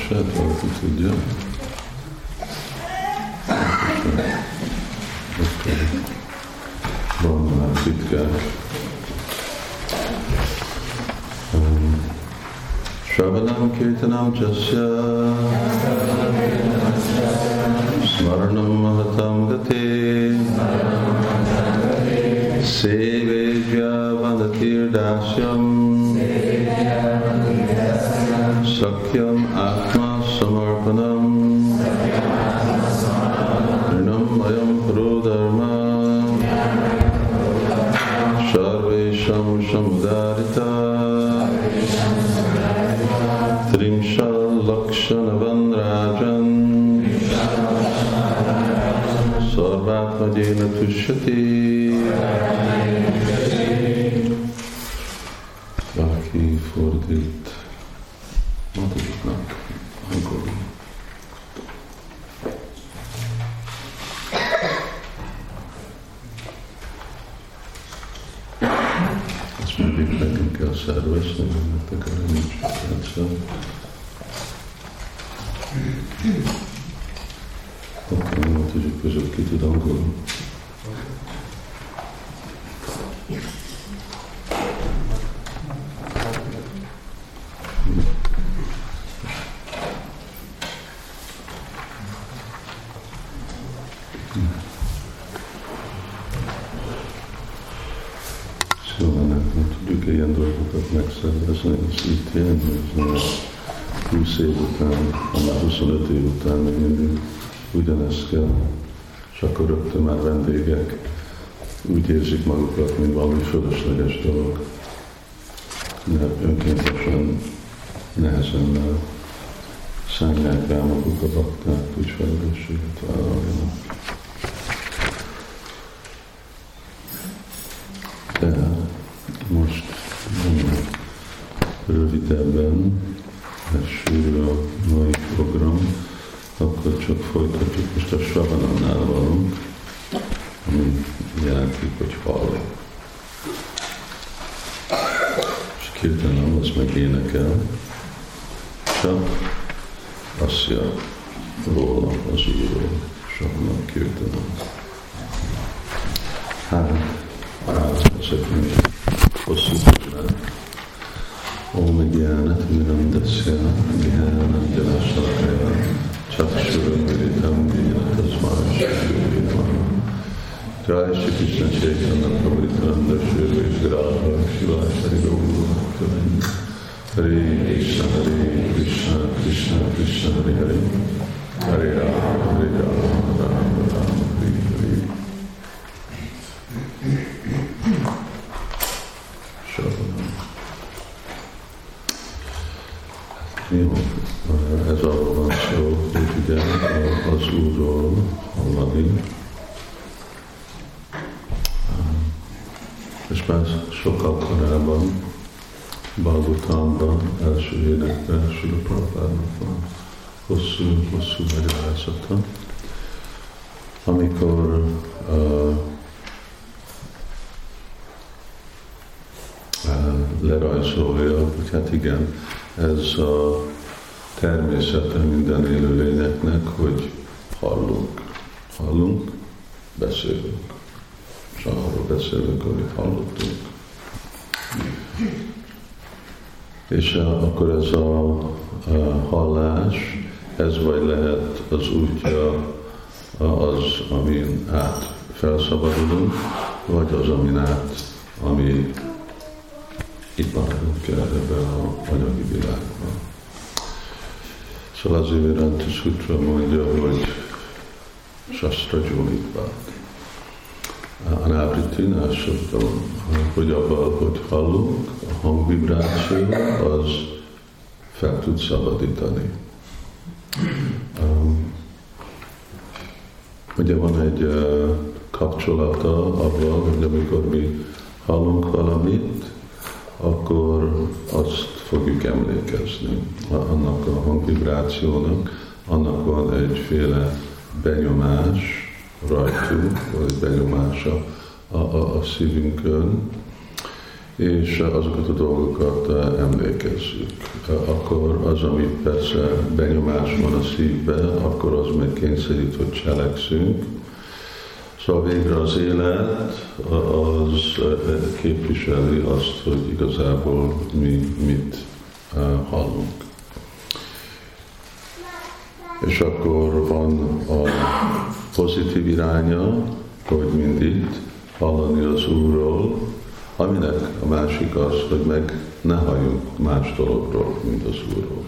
versét, valaki tudja? Van már titkák. Shravanam Kirtanam Jasya Smaranam Mahatam Gati Sevejya Vanatir Dasyam Sakyam Atma Samarpanam Rinam Mayam Prodharma Sarvesham Samudarita Trimsha Lakshanavan Rajan Sarvatmajena Tushyati. Valaki fordít maguknak angolul. Ezt mindig nekünk kell szervezni, mert nekünk nincs rendszer. Akkor nem tudjuk között, ki tud angolul. Szóval nem tudjuk ilyen dolgokat megszervezni, ez itt ilyen, hogy 20 év után, már 25 év után még mindig ugyanezt kell, és akkor rögtön már vendégek úgy érzik magukat, mint valami fölösleges dolog. Mert önkéntesen nehezen szállják rá maguk a bakták, úgy felelősséget vállaljanak. De most rövidebben, első a mai program, akkor csak folytatjuk, most a Shravanamnál vagyunk, ami jelenti, hogy hall. És Kirtanam, az meg énekel, csak Asya róla, az Úrról, Shravanam Kirtanam. Hát, ezek még hosszú tudnál. Om Gyanat Mirandasya Gyanandjana Salakaya Chakshurumiritam Gina Tasmai Shri Jai Shri Krishna Chaitanya Prabhu Nityananda Shri Vishgraha Shiva Shri Guru Hare Krishna Hare Krishna Krishna Krishna Hare Hare Hare Rama Hare Rama Rama Rama Hare Hare. Jó, ez arról van szó, hogy ugye az Úrról hallani. És már sokkal korábban, Bhagavatamban, első énekben, Srila Prabhupádnak van hosszú magyarázata, amikor lerajzolja, hogy hát igen, ez a természete minden élőlényeknek, hogy hallunk, beszélünk. És arról beszélünk, amit hallottunk. És akkor ez a hallás, ez vagy lehet az útja az, amin át felszabadulunk, vagy az, amin át, ami itt maradunk ebben az anyagi világban. Szóval azért Vedanta Sutra mondja, hogy Shastra Jónitbát. Anábritinásodban, hogy abban, hogy hallunk, a hangvibráció, az fel tud szabadítani. Ugye van egy kapcsolata abban, hogy amikor mi hallunk valamit, akkor azt fogjuk emlékezni. Annak a hangvibrációnak, annak van egyféle benyomás rajtunk, vagy benyomás a szívünkön, és azokat a dolgokat emlékezzük. Akkor az, amit persze benyomás van a szívbe, akkor az meg kényszerít, hogy cselekszünk. Szóval végre az élet az képviseli azt, hogy igazából mi mit hallunk. És akkor van a pozitív iránya, hogy mindig hallani az Úrról, aminek a másik az, hogy meg ne halljunk más dologról, mint az Úrról.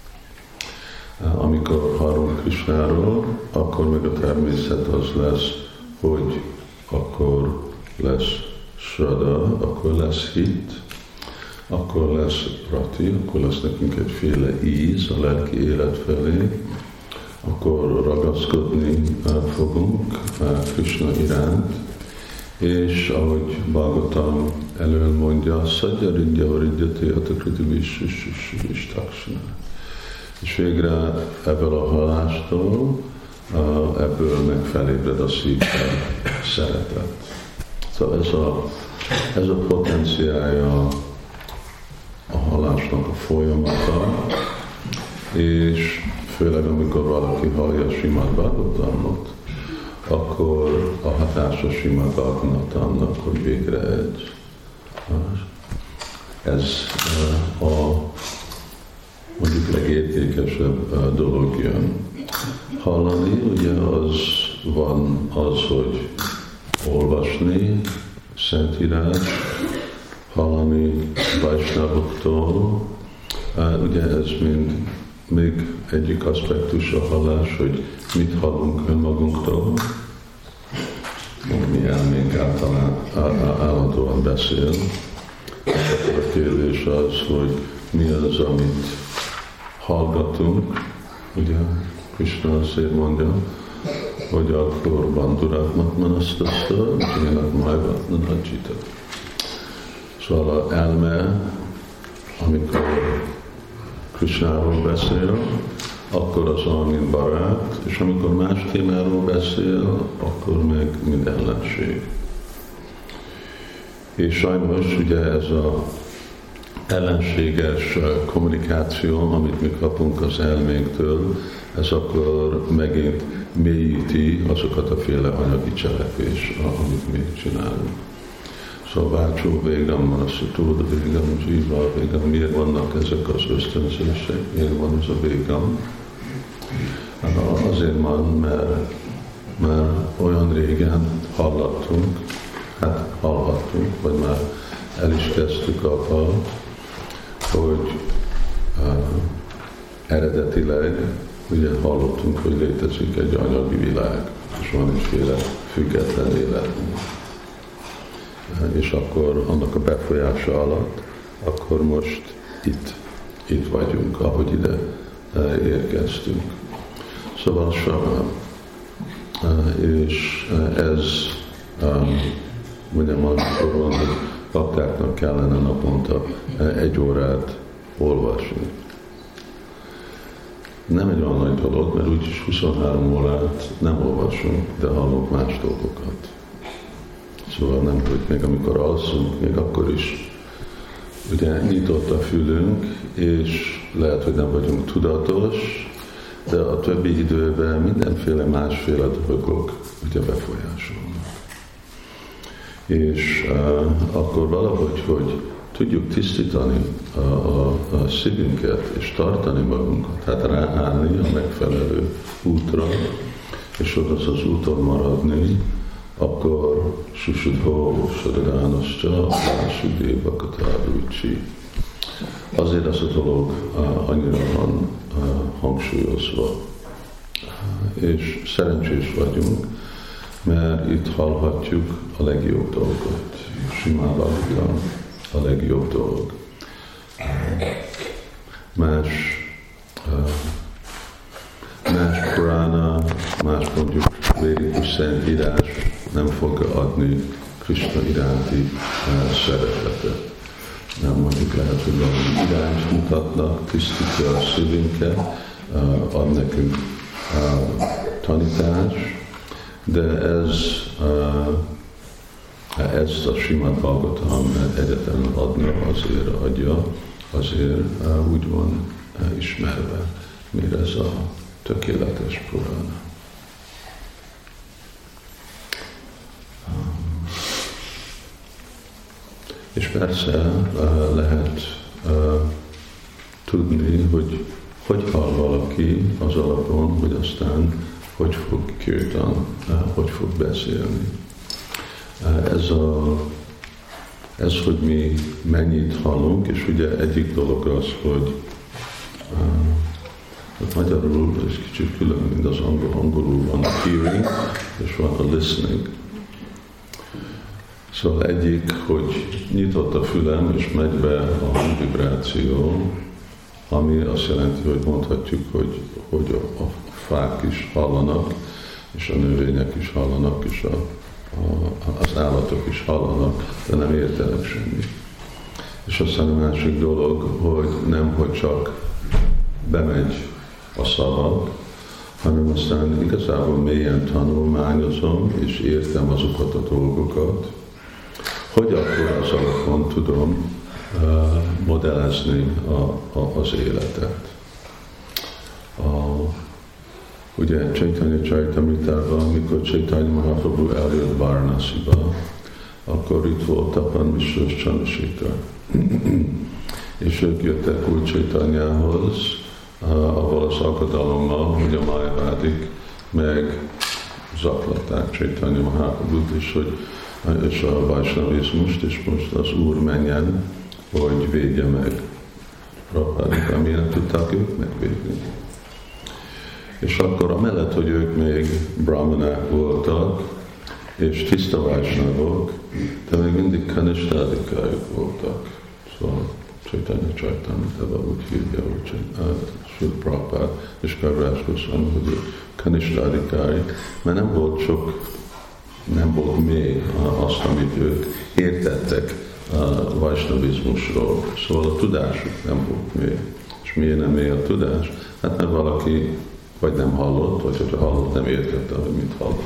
Amikor hallunk Krisnáról, akkor meg a természet az lesz, hogy akkor lesz Shraddha, akkor lesz hit, akkor lesz rati, akkor lesz nekünk egyféle íz a lelki élet felé, akkor ragaszkodni fogunk Krishna iránt, és ahogy Bhagavatam elől mondja, Szadjaridja Varidjati Atakriti Vishishishishishistakshana. És végre ebből a halástól, ebből meg felébred a szívben szeretet. Szóval ez a potenciálja a halásnak a folyamata, és főleg amikor valaki hallja Srimad Bhagavatamot, akkor a hatása Srimad Bhagavatamnak, hogy végre ez a mondjuk legértékesebb dolog jön. Hallani, ugye az van az, hogy olvasni, Szentírás, hallani Vajsnavoktól, ugye ez mind még egyik aspektus a hallás, hogy mit hallunk önmagunktól. Mi elménk állandóan beszél. A kérdés az, hogy mi az, amit hallgatunk. Ugye Krishna azért mondja, hogy akkor banduráknak manasztaszta, csinálnak májvatnak nagyjita. Szóval az elme, amikor Krishnáról beszél, akkor az olyan, mint barát, és amikor más témáról beszél, akkor meg mind ellenség. És sajnos ugye ez az ellenséges kommunikáció, amit mi kapunk az elménktől, ez akkor megint mélyíti azokat a féle anyagi cselekvés, amit mi csinálunk. Szóval Vácsó végem, Manaszatóda végem, Zsíva végem, miért vannak ezek az ösztönzések, miért van ez a végem? Azért van, mert olyan régen hallhattunk, vagy már el is kezdtük abban, hogy eredetileg ugye hallottunk, hogy létezik egy anyagi világ, és van egyféle független élet. És akkor annak a befolyása alatt, akkor most itt vagyunk, ahogy ide érkeztünk. Szóval és ez mondjam, amikor van, hogy baktáknak kellene naponta 1 órát olvasni. Nem egy olyan nagy dolog, mert úgyis 23 órát nem olvasunk, de hallunk más dolgokat. Szóval nem, hogy még amikor alszunk, még akkor is ugye nyitott a fülünk, és lehet, hogy nem vagyunk tudatos, de a többi időben mindenféle másféle dolgok ugye befolyásolnak. És akkor valahogy, hogy tudjuk tisztítani a szívünket, és tartani magunkat, tehát ráállni a megfelelő útra, és ott az úton maradni, akkor Susudho, Sadadánoscsa, Vásudéva Katárúcsi. Azért az a dolog annyira van hangsúlyozva. És szerencsés vagyunk, mert itt hallhatjuk a legjobb dolgot. Srimad Bhagavatam a legjobb dolog. Más Purana, más mondjuk védikus szentírás nem fogja adni Krishna iránti szeretetet. Nem mondjuk lehet, hogy valami irányt mutatnak, tisztítja a szívünket, ad nekünk tanítás, de ez ezt a Srimad Bhagavatam egyetemen adja, azért úgy van ismerve, mint ez a tökéletes Purana. És persze lehet tudni, hogy hall valaki az alapon, hogy aztán hogy fog kirtan, hogy fog beszélni. Ez, hogy mi mennyit hallunk, és ugye egyik dolog az, hogy magyarul ez kicsit külön, mint az angolul van a hearing, és van a listening. Szóval egyik, hogy nyitott a fülem, és megy be a hangvibráció, ami azt jelenti, hogy mondhatjuk, hogy a fák is hallanak, és a növények is hallanak, és az állatok is hallanak, de nem értenek semmit. És aztán a másik dolog, hogy nem, hogy csak bemegy a szavak, hanem aztán igazából mélyen tanulmányozom, és értem azokat a dolgokat, hogy akkor az alapon tudom modellezni az életet. Ugye Chaitanya Charitamritában, amikor Chaitanya Mahaprabhu eljött Varanasiba, akkor itt volt Tapan Mishra Chandrasekhar. És ők jöttek Úr Chaitanyához, avval az aggodalommal, hogy a májavádik meg zaklatták Chaitanya Mahaprabhut, és a vajsnavizmust, és most az Úr menjen, hogy védje meg Prabhupádát, amilyen tudták ők megvédni. És akkor amellett, hogy ők még brahmanák voltak, és tiszta vajsnavok, de még mindig kanishtádikájuk voltak. Szóval Chaitanya Charitamritában úgy hívja, hogy Srila Prabhupád és Kaviraj Goswami, hogy kanishtádikai, mert nem volt még azt, amit ők értettek a vajsnavizmusról. Szóval a tudásuk nem volt még. És miért nem még a tudás? Hát mert valaki vagy nem hallott, vagy hogyha hallott, nem értette, hogy mit hallott.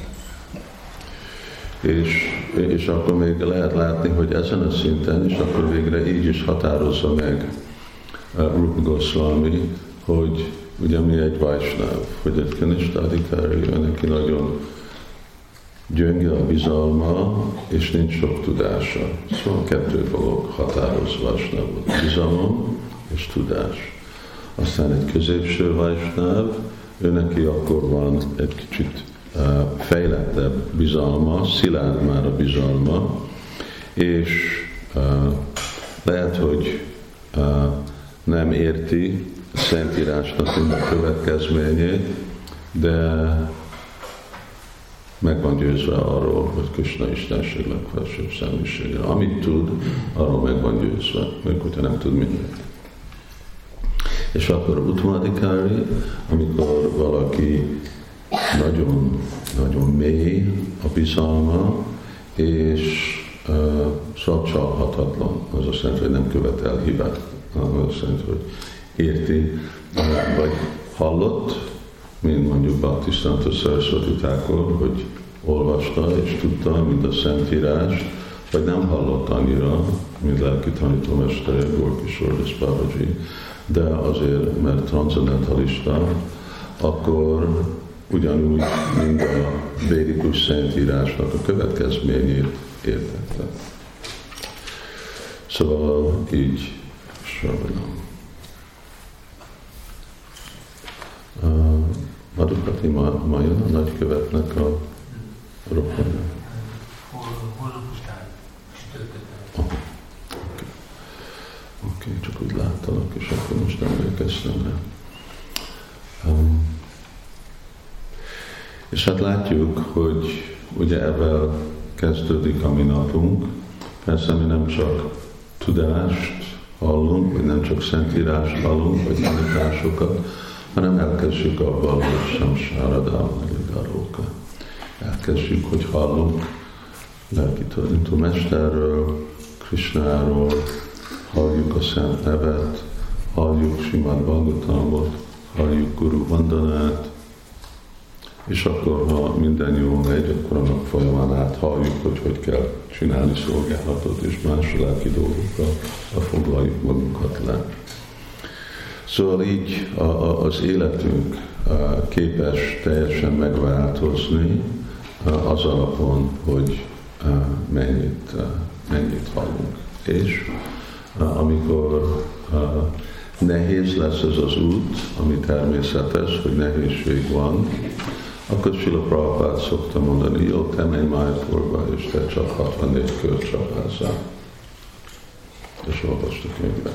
És akkor még lehet látni, hogy ezen a szinten, és akkor végre így is határozza meg Rupa Goswami, hogy ugye mi egy vajsnáv, hogy egy kanishtádikári, neki nagyon gyönge a bizalma, és nincs sok tudása. Szóval kettő dolog határoz vajsnávot, bizalom és tudás. Aztán egy középső vajsnáv, ő neki akkor van egy kicsit fejlettebb bizalma, szilárd már a bizalma, és lehet, hogy nem érti a Szentírásnak a következményét, de meg van győzve arról, hogy Krishna istenség legfelsőbb személyisége. Amit tud, arról meg van győzve, még hogyha nem tud mindent. És akkor Uttama-adhikári, amikor valaki nagyon mély a bizalma, és szóval csalhatatlan. Az azt jelenti, hogy nem követel hibát. Az azt jelenti, hogy érti, vagy hallott, mint mondjuk Bhaktisztánta Sarasvati Thakur, hogy olvasta és tudta, mint a Szentírást, vagy nem hallott annyira, mint lelki tanítómestere Gorkishore Das Babaji, de azért, mert transzendentalista, akkor ugyanúgy, mint a védikus Szentírásnak a következményét értette. Szóval így sorolom. Madhukati Maja, a nagykövetnek a rokonja. Holnap után. Oké, csak úgy láttalak, és akkor most emlékeztem rá. És hát látjuk, hogy ugye ebben kezdődik a mi napunk. Persze mi nem csak tudást hallunk, vagy nem csak Szentírást hallunk, vagy tanításokat, hanem elkezdjük abban, hogy Samsáradám, Ligaróka. Elkezdjük, hogy hallunk lelki tanító mesterről, Krishnáról, halljuk a Szent Nevet, halljuk Srimad Bhagavatamot, halljuk Guru Vandanát, és akkor, ha minden jól megy, akkor annak folyamán áthalljuk, hogy kell csinálni szolgálatot, és más lelki dolgokkal foglaljuk magunkat le. Szóval így az életünk képes teljesen megváltozni az alapon, hogy mennyit hallunk. És amikor nehéz lesz ez az út, ami természetes, hogy nehézség van, akkor Srila Prabhupád szokta mondani, jó, te menj Májpurba, és te csak 64 kört csapázzál. És olvasd a könyvet.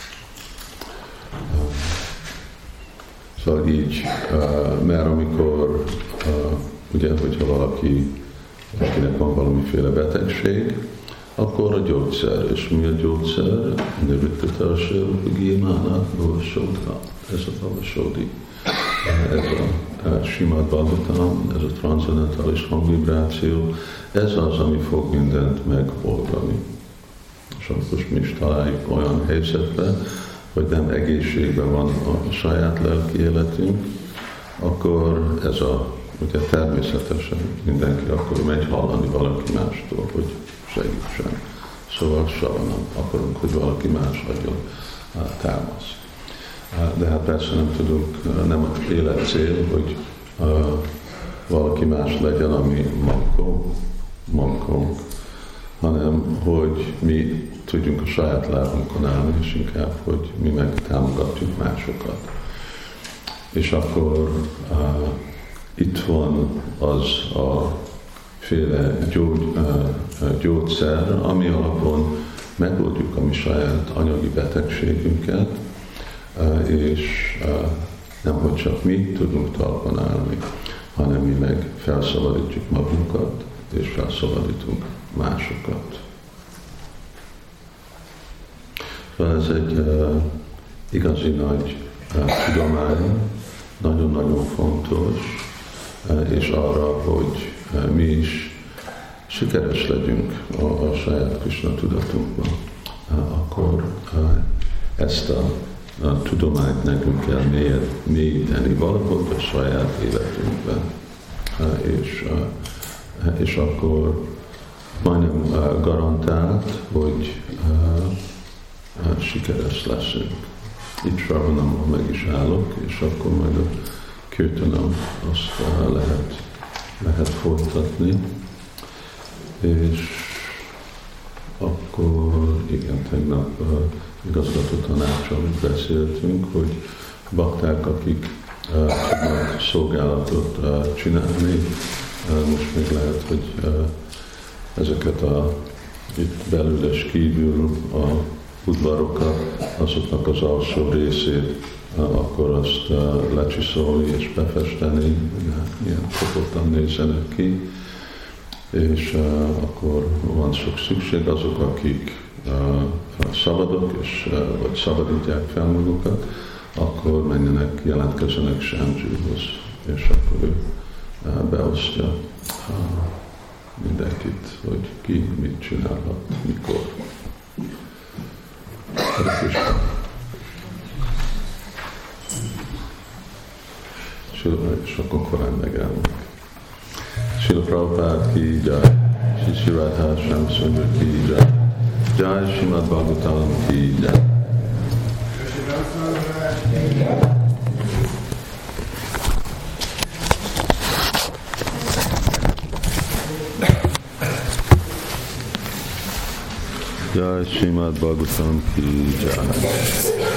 Szóval így, mert amikor, ugye, hogyha valakinek van valamiféle betegség, akkor a gyógyszer, és mi a gyógyszer? Nirviktata Gímának Navasodha, ez a Navasodi. Ez a Simad Bhagavatam, ez a transzendentális hangvibráció, ez az, ami fog mindent megoldani. És akkor mi is találjuk olyan helyzetben, hogy nem egészségben van a saját lelki életünk, akkor ez ugye természetesen mindenki akkor megy hallani valaki mástól, hogy segítsen. Szóval savanam, akarunk, hogy valaki más adjon támaszt. De hát persze nem tudunk, nem az élet cél, hogy valaki más legyen, ami mankónk, hanem hogy mi tudjunk a saját lábunkon állni, és inkább, hogy mi meg támogatjuk másokat. És akkor itt van az a féle gyógyszer, ami alapon megoldjuk a mi saját anyagi betegségünket, és nem, hogy csak mi tudunk talpon állni, hanem mi meg felszabadítjuk magunkat, és felszabadítunk másokat. Szóval ez egy igazi nagy tudomány, nagyon-nagyon fontos, és arra, hogy mi is sikeres legyünk a saját Krishna tudatunkban, akkor ezt a tudományt nekünk kell mélyíteni valahol a saját életünkben. És akkor majdnem garantált, hogy sikeres leszünk. Itt Sravanamban meg is állok, és akkor majd a kirtanam azt lehet folytatni. És akkor igen, tegnap igazgató tanácssal beszéltünk, hogy bakták, akik tudnak szolgálatot csinálni, most még lehet, hogy ezeket itt belül és kívül a udvarokat, azoknak az alsó részét akkor azt lecsiszolni és befesteni, ilyen kopottan nézzenek ki, és akkor van sok szükség azok, akik szabadok, vagy szabadítják fel magukat, akkor menjenek, jelentkezzenek Sándzsihoz, és akkor ő beosztja mindenkit, hogy ki mit csinálhat, mikor. És akkor korán megállunk. Srila Prabhupád ki jai, Sri Radha Shamsundar ki jai, Jai Srimad Bhagavatam ki jai. Jai Srimad Bhagavatam ki jai.